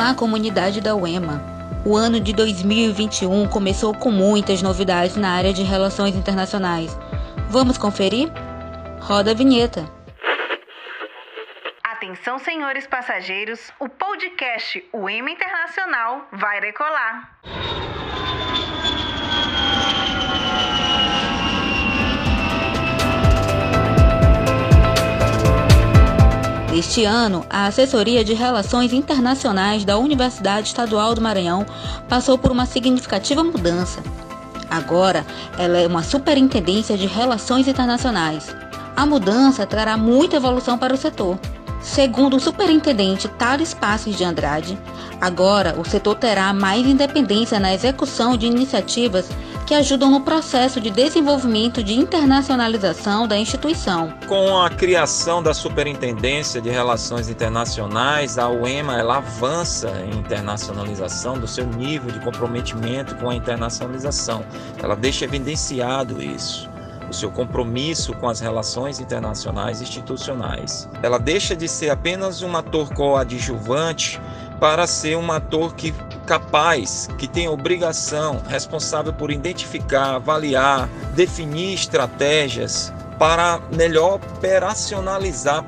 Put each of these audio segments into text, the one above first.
Olá, comunidade da UEMA! O ano de 2021 começou com muitas novidades na área de relações internacionais. Vamos conferir? Roda a vinheta! Atenção, senhores passageiros, o podcast UEMA Internacional vai decolar. Este ano, a Assessoria de Relações Internacionais da Universidade Estadual do Maranhão passou por uma significativa mudança. Agora, ela é uma Superintendência de Relações Internacionais. A mudança trará muita evolução para o setor. Segundo o superintendente Thales Passos de Andrade, agora o setor terá mais independência na execução de iniciativas que ajudam no processo de desenvolvimento de internacionalização da instituição. Com a criação da Superintendência de Relações Internacionais, a UEMA ela avança em internacionalização do seu nível de comprometimento com a internacionalização. Ela deixa evidenciado isso, o seu compromisso com as relações internacionais institucionais. Ela deixa de ser apenas um ator coadjuvante para ser um ator capaz, que tem obrigação, responsável por identificar, avaliar, definir estratégias para melhor operacionalizar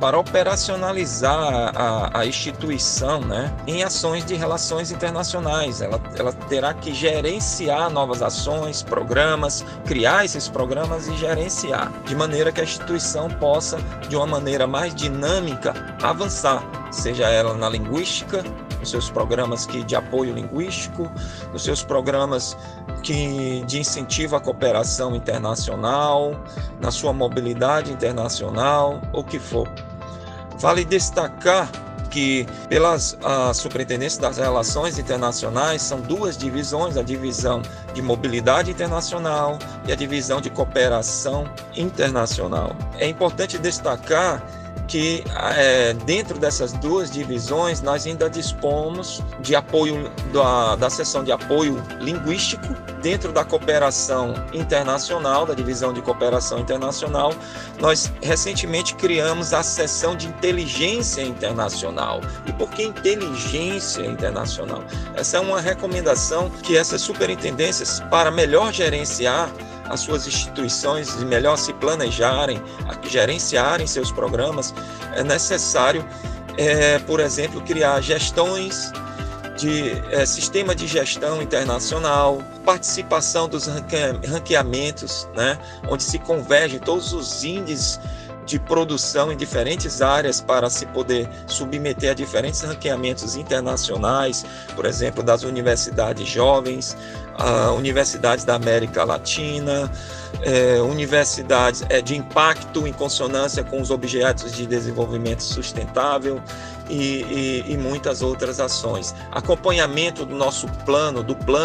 a instituição, né, em ações de relações internacionais. Ela terá que gerenciar novas ações, programas, criar esses programas e gerenciar, de maneira que a instituição possa, de uma maneira mais dinâmica, avançar, seja ela na linguística, nos seus programas de apoio linguístico, nos seus programas de incentivo à cooperação internacional, na sua mobilidade internacional, o que for. Vale destacar que pelas Superintendências das Relações Internacionais são duas divisões, a divisão de mobilidade internacional e a divisão de cooperação internacional. É importante destacar que dentro dessas duas divisões nós ainda dispomos de apoio da seção de apoio linguístico. Dentro da cooperação internacional, da divisão de cooperação internacional, nós recentemente criamos a seção de inteligência internacional. E por que inteligência internacional? Essa é uma recomendação que essas superintendências, para melhor gerenciar as suas instituições e melhor se planejarem, gerenciarem seus programas, é necessário, por exemplo, criar gestões de sistema de gestão internacional, participação dos ranqueamentos, né, onde se convergem todos os índices de produção em diferentes áreas para se poder submeter a diferentes ranqueamentos internacionais, por exemplo, das universidades jovens, universidades da América Latina, universidades de impacto em consonância com os objetos de desenvolvimento sustentável e muitas outras ações. Acompanhamento do nosso plano,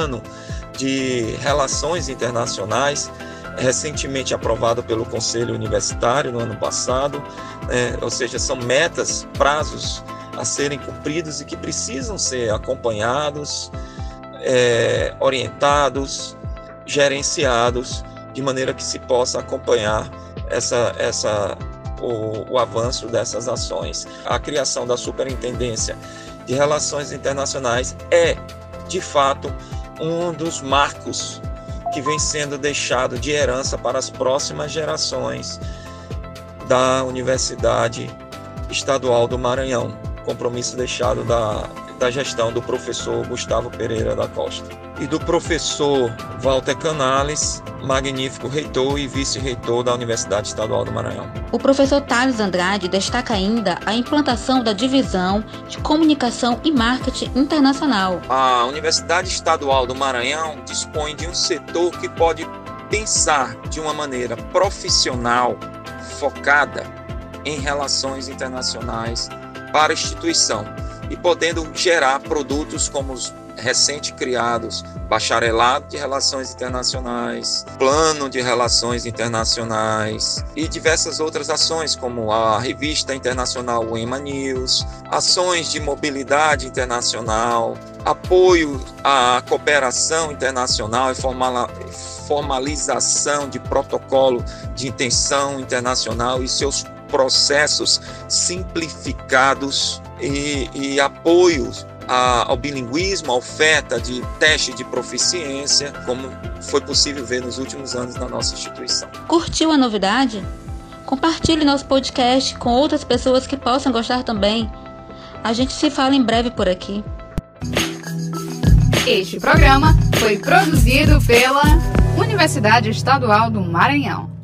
de relações internacionais, recentemente aprovado pelo Conselho Universitário no ano passado, ou seja, são metas, prazos a serem cumpridos e que precisam ser acompanhados, orientados, gerenciados, de maneira que se possa acompanhar o avanço dessas ações. A criação da Superintendência de Relações Internacionais é, de fato, um dos marcos que vem sendo deixado de herança para as próximas gerações da Universidade Estadual do Maranhão, compromisso deixado da gestão do professor Gustavo Pereira da Costa e do professor Walter Canales, magnífico reitor e vice-reitor da Universidade Estadual do Maranhão. O professor Thales Andrade destaca ainda a implantação da divisão de comunicação e marketing internacional. A Universidade Estadual do Maranhão dispõe de um setor que pode pensar de uma maneira profissional, focada em relações internacionais para a instituição e podendo gerar produtos como os recente criados Bacharelado de Relações Internacionais, Plano de Relações Internacionais e diversas outras ações como a Revista Internacional UEMA News, ações de mobilidade internacional, apoio à cooperação internacional e formalização de protocolo de intenção internacional e seus processos simplificados e apoios ao bilinguismo, a oferta de teste de proficiência, como foi possível ver nos últimos anos na nossa instituição. Curtiu a novidade? Compartilhe nosso podcast com outras pessoas que possam gostar também. A gente se fala em breve por aqui. Este programa foi produzido pela Universidade Estadual do Maranhão.